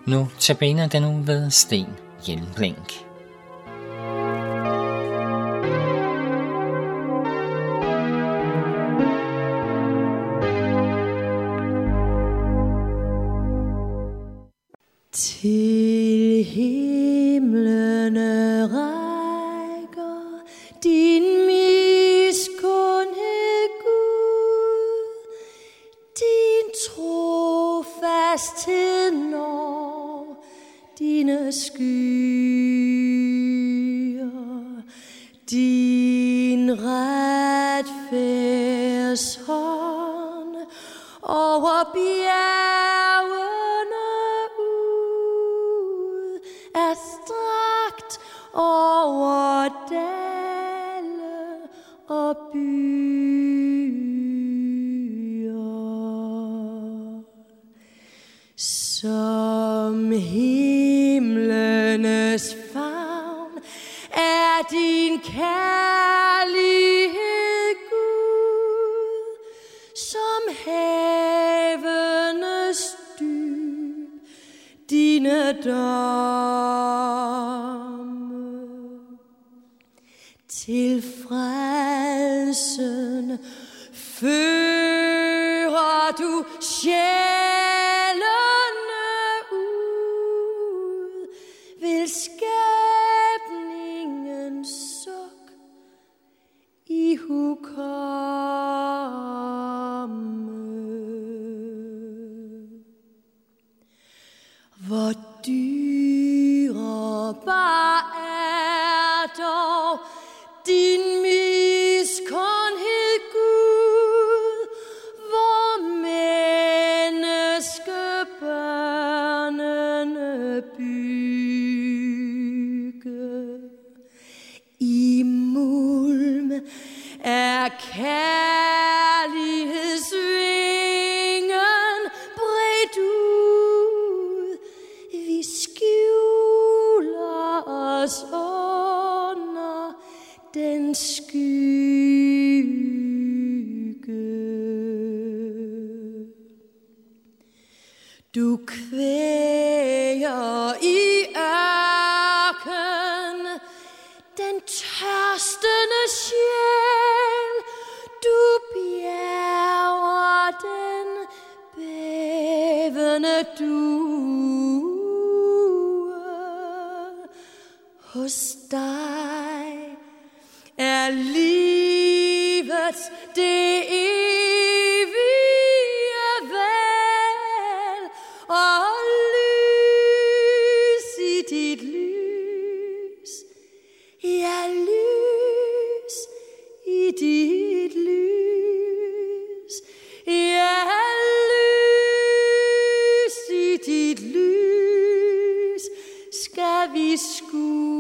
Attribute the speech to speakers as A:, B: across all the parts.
A: Nu tabiner den uge ved Sten Hjelmblink.
B: Til himlene rækker din miskundhed, Gud, din trofasthed når dine skyer, din retfærdshånd over bjergene er strakt over dale og byer. Som himlenes favn er din kærlighed, Gud, som havenes dyb dine domme. Til frelsen fører du sjælene ud, vil skabningens suk ihukomme. Hvor dyrebar er dog din miskundhed, Gud, hvor menneskebørnene bygge. I mulm er kærlighedsvingen bredt ud. Vi skjuler os under den skygge. Du kvæger i ørken den tørstende sjæl. Du bjerger den bævende due. Hos dig er livets det evige vel, og lys i dit lys, ja, lys i dit lys, ja, lys i dit lys, skal vi skue.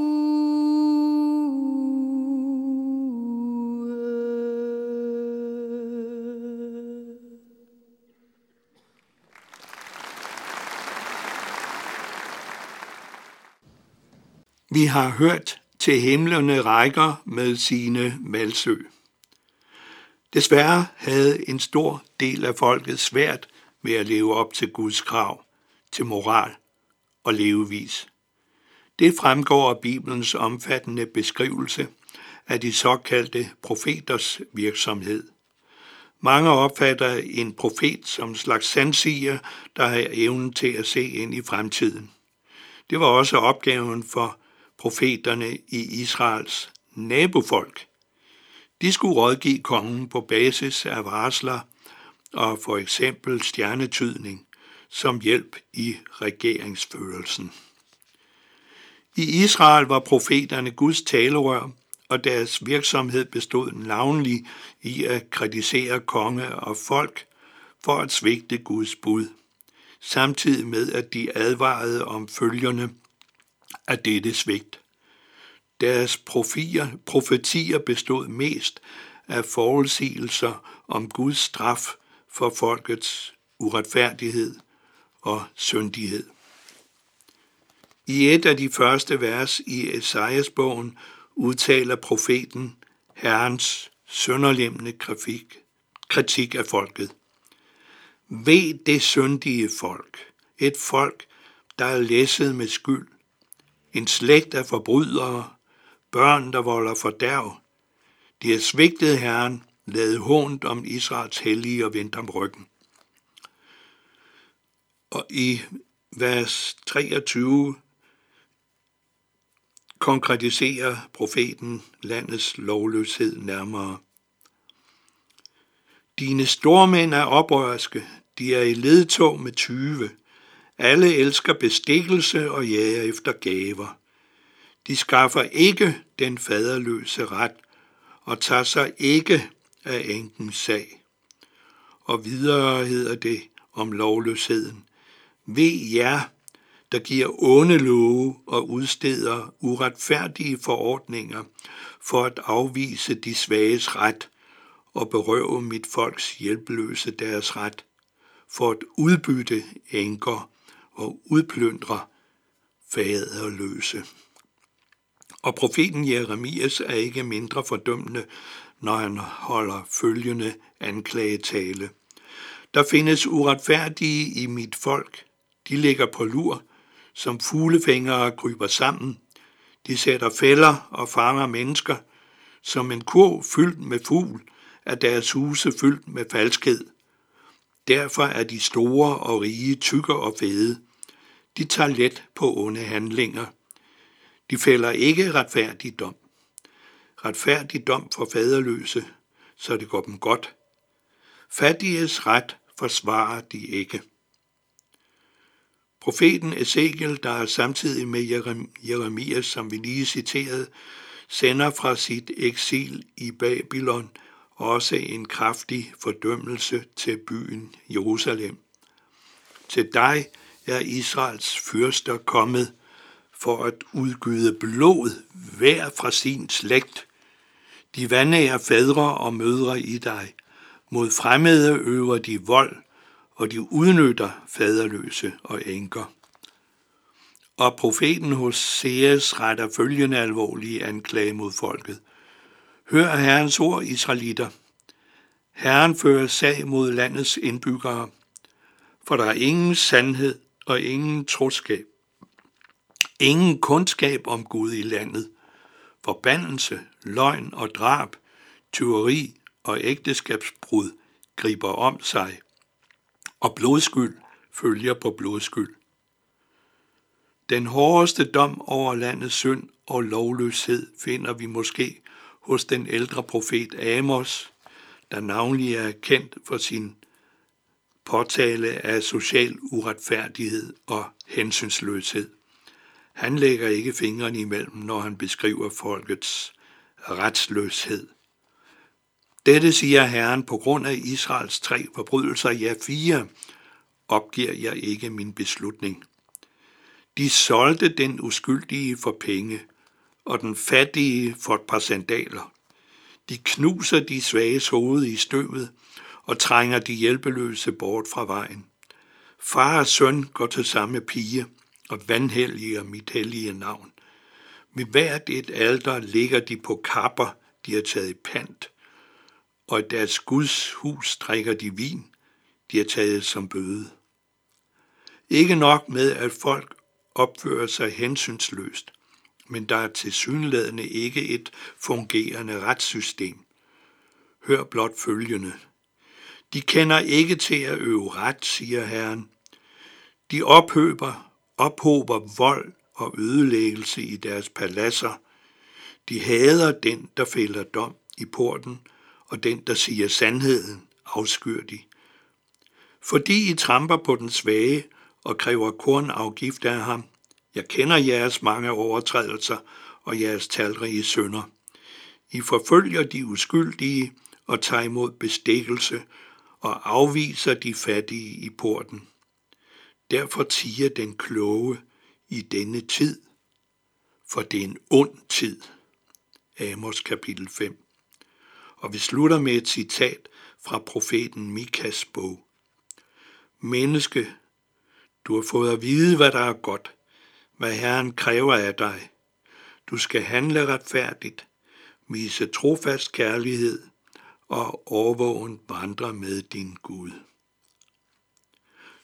C: Vi har hørt Til himlene rækker med Signe Malsø. Desværre havde en stor del af folket svært ved at leve op til Guds krav, til moral og levevis. Det fremgår af Bibelens omfattende beskrivelse af de såkaldte profeters virksomhed. Mange opfatter en profet som en slags sandsiger, der har evnen til at se ind i fremtiden. Det var også opgaven for profeterne i Israels nabofolk. De skulle rådgive kongen på basis af varsler og for eksempel stjernetydning som hjælp i regeringsførelsen. I Israel var profeterne Guds talerør, og deres virksomhed bestod navnlig i at kritisere konge og folk for at svigte Guds bud, samtidig med at de advarede om følgerne af dette svigt. Deres profetier bestod mest af forudsigelser om Guds straf for folkets uretfærdighed og syndighed. I et af de første vers i Esajas-bogen udtaler profeten Herrens sønderlemmende kritik af folket. Ve det syndige folk, et folk, der er læsset med skyld, en slægt af forbrydere, børn, der volder fordærv. De har svigtet Herren, ladet hånt om Israels hellige og vendt om ryggen. Og i vers 23 konkretiserer profeten landets lovløshed nærmere. Dine stormænd er oprørske, de er i ledtog med tyve. Alle elsker bestikkelse og jager efter gaver. De skaffer ikke den faderløse ret og tager sig ikke af enkens sag. Og videre hedder det om lovløsheden. Ved jer, der giver onde love og udsteder uretfærdige forordninger for at afvise de svages ret og berøve mit folks hjælpeløse deres ret, for at udbytte enker og udplyndre faderløse. Og profeten Jeremias er ikke mindre fordømmende, når han holder følgende anklagetale. Der findes uretfærdige i mit folk. De ligger på lur, som fuglefængere kryber sammen. De sætter fælder og fanger mennesker. Som en kurv fyldt med fugl er deres huse fyldt med falskhed. Derfor er de store og rige, tykke og fede. De tager let på onde handlinger. De fælder ikke retfærdig dom. Retfærdig dom for faderløse, så det går dem godt. Fattiges ret forsvarer de ikke. Profeten Ezekiel, der er samtidig med Jeremias, som vi lige citerede, sender fra sit eksil i Babylon også en kraftig fordømmelse til byen Jerusalem. Til dig er Israels fyrster kommet for at udgyde blod hver fra sin slægt. De vanærer fædre og mødre i dig. Mod fremmede øver de vold, og de udnytter faderløse og enker. Og profeten Hoseas retter følgende alvorlige anklage mod folket. Hør Herrens ord, israelitter. Herren fører sag mod landets indbyggere, for der er ingen sandhed og ingen troskab. Ingen kundskab om Gud i landet. Forbandelse, løgn og drab, tyveri og ægteskabsbrud griber om sig, og blodskyld følger på blodskyld. Den hårdeste dom over landets synd og lovløshed finder vi måske hos den ældre profet Amos, der navnlig er kendt for sin påtale af social uretfærdighed og hensynsløshed. Han lægger ikke fingrene imellem, når han beskriver folkets retsløshed. Dette siger Herren på grund af Israels 3 forbrydelser, ja 4, opgiver jeg ikke min beslutning. De solgte den uskyldige for penge, og den fattige for et par sandaler. De knuser de svages hoved i støvet, og trænger de hjælpeløse bort fra vejen. Far og søn går til samme pige, og vanhelliger mit hellige navn. Ved hvert et alter ligger de på kapper, de har taget i pant, og i deres Guds hus drikker de vin, de har taget som bøde. Ikke nok med, at folk opfører sig hensynsløst, men der er tilsyneladende ikke et fungerende retssystem. Hør blot følgende. De kender ikke til at øve ret, siger Herren. De ophober vold og ødelæggelse i deres paladser. De hader den, der fælder dom i porten, og den, der siger sandheden, afskyr de. Fordi I tramper på den svage og kræver kornafgift af ham, jeg kender jeres mange overtrædelser og jeres talrige synder. I forfølger de uskyldige og tager imod bestikkelse og afviser de fattige i porten. Derfor tiger den kloge i denne tid, for det er en ond tid. Amos kapitel 5. Og vi slutter med et citat fra profeten Mikas bog. Menneske, du har fået at vide, hvad der er godt, hvad Herren kræver af dig. Du skal handle retfærdigt, vise trofast kærlighed og overvågen vandre med din Gud.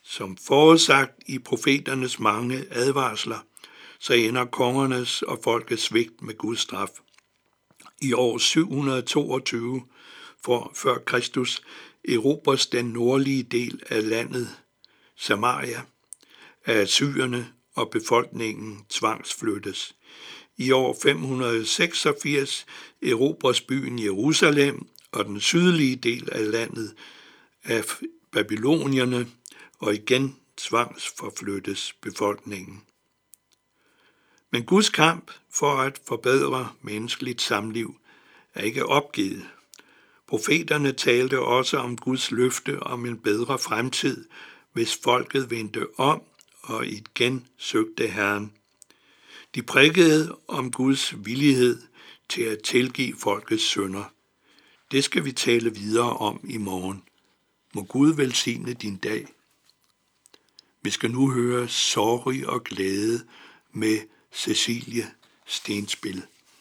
C: Som forudsagt i profeternes mange advarsler, så ender kongernes og folkets svigt med Guds straf. I år 722 før Kristus erobres den nordlige del af landet, Samaria, af assyrerne, og befolkningen tvangsflyttes. I år 586 erobres byen Jerusalem og den sydlige del af landet af babylonierne, og igen tvangsforflyttes befolkningen. Men Guds kamp for at forbedre menneskeligt samliv er ikke opgivet. Profeterne talte også om Guds løfte om en bedre fremtid, hvis folket vendte om og igen søgte Herren. De prædikede om Guds villighed til at tilgive folkets synder. Det skal vi tale videre om i morgen. Må Gud velsigne din dag. Vi skal nu høre Sorg og glæde med Cecilie Stenspil.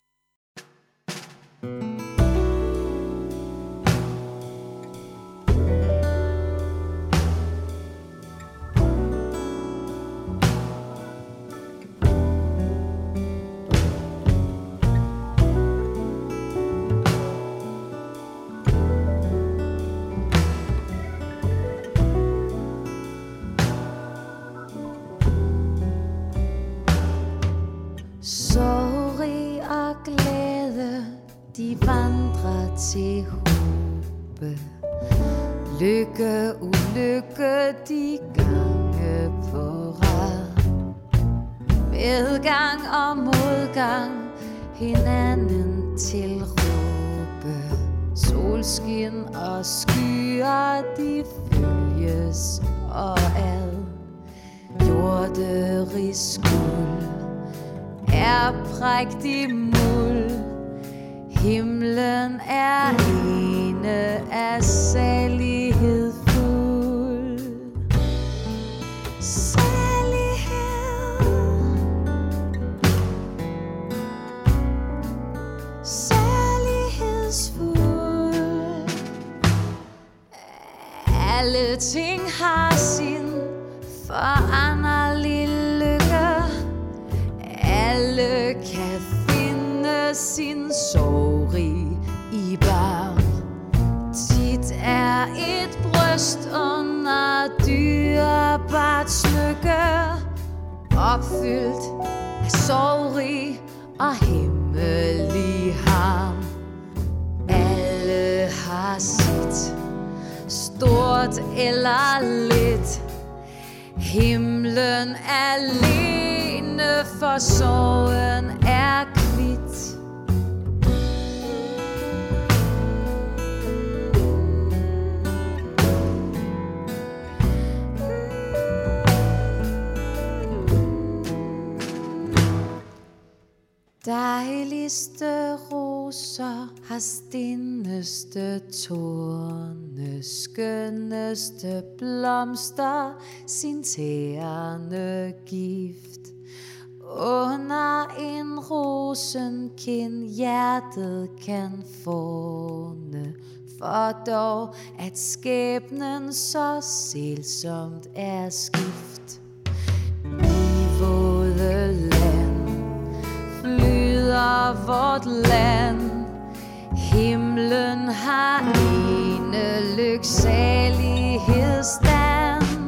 B: Sorg og glæde, de vandrer til håbe. Lykke, ulykke, de gange på rad. Medgang og modgang, hinanden til råbe. Solskin og skyer, de følges og ad. Jorderis guld er prægtig muld. Himlen er ene af salighed fuld. Salighedsfuld. Alle ting har sin foranderlige lykke. Alle kan finde sin sorg i barm. Tit er et bryst under dyrebart smykke, opfyldt af sorg og hemmelig harm. Alle har sit, stort eller lidt. Himlen alene for sorgen er kvit. Dejligste roser har stinneste torne, skønneste blomster sin tærende gift. Under en rosenkind hjertet kan forne, for dog at skæbnen så sælsomt er skift. I våde land flyder vort land, himlen har ene lyksalighedsstand.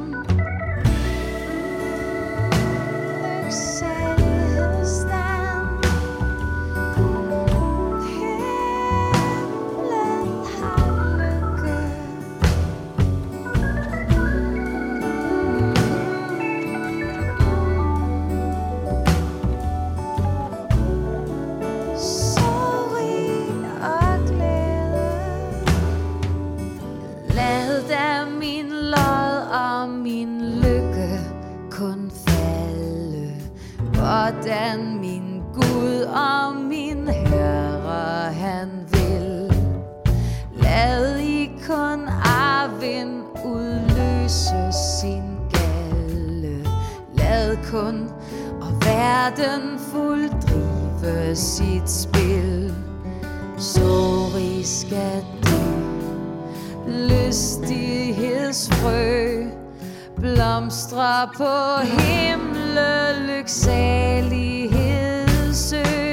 B: Hvordan min Gud og min Herre han vil. Lad I kun arven udløse sin galde. Lad kun og verden fulddrive sit spil. Sorg skal dø, lystighedsfrø blomstrer på himle lyksalighedssø.